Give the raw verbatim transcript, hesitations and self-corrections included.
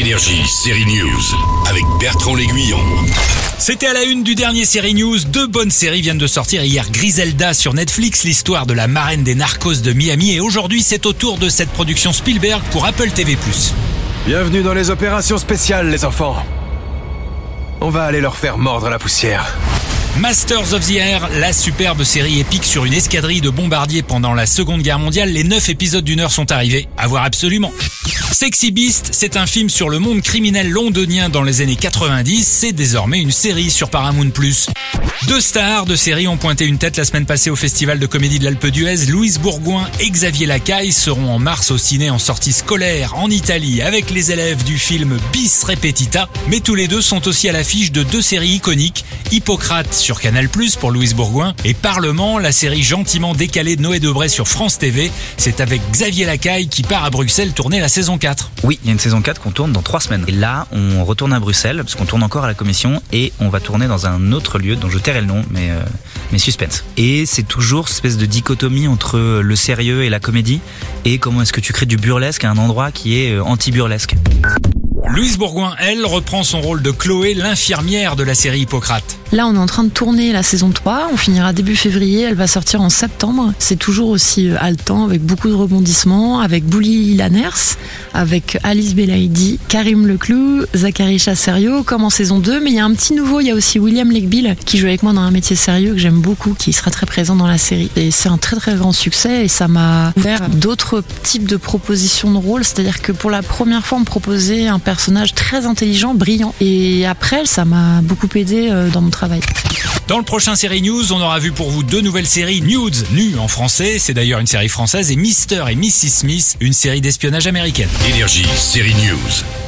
Énergie, série News, avec Bertrand L'Aiguillon. C'était à la une du dernier Série News. Deux bonnes séries viennent de sortir hier. Griselda sur Netflix, l'histoire de la marraine des narcos de Miami. Et aujourd'hui, c'est au tour de cette production Spielberg pour Apple T V plus. Bienvenue dans les opérations spéciales, les enfants. On va aller leur faire mordre la poussière. Masters of the Air, la superbe série épique sur une escadrille de bombardiers pendant la Seconde Guerre mondiale. Les neuf épisodes d'une heure sont arrivés. À voir absolument. Sexy Beast, c'est un film sur le monde criminel londonien dans les années quatre-vingt-dix. C'est désormais une série sur Paramount plus. Deux stars de série ont pointé une tête la semaine passée au Festival de comédie de l'Alpe d'Huez. Louise Bourgoin et Xavier Lacaille seront en mars au ciné en sortie scolaire en Italie avec les élèves du film Bis Repetita. Mais tous les deux sont aussi à l'affiche de deux séries iconiques. Hippocrate sur Canal plus pour Louise Bourgoin et Parlement, la série gentiment décalée de Noé Debré sur France T V. C'est avec Xavier Lacaille qui part à Bruxelles tourner la saison quatre. Oui, il y a une saison quatre qu'on tourne dans trois semaines. Et là, on retourne à Bruxelles, parce qu'on tourne encore à la commission, et on va tourner dans un autre lieu dont je tairai le nom, mais, euh, mais suspense. Et c'est toujours cette espèce de dichotomie entre le sérieux et la comédie, et comment est-ce que tu crées du burlesque à un endroit qui est anti-burlesque. Louise Bourgoin, elle, reprend son rôle de Chloé, l'infirmière de la série Hippocrate. Là, on est en train de tourner la saison trois, on finira début février, elle va sortir en septembre. C'est toujours aussi haletant, avec beaucoup de rebondissements, avec Bouli Lanners, avec Alice Belaïdi, Karim Leclou, Zachary Chasserio, comme en saison deux. Mais il y a un petit nouveau, il y a aussi William Legbill, qui joue avec moi dans Un métier sérieux, que j'aime beaucoup, qui sera très présent dans la série. Et c'est un très très grand succès, et ça m'a ouvert d'autres types de propositions de rôle, c'est-à-dire que pour la première fois, on me proposait un personnage très intelligent, brillant. Et après, ça m'a beaucoup aidé dans mon travail. Dans le prochain Série News, on aura vu pour vous deux nouvelles séries. Nudes, nu en français, c'est d'ailleurs une série française, et Mister et Missus Smith, une série d'espionnage américaine. Énergie, série News.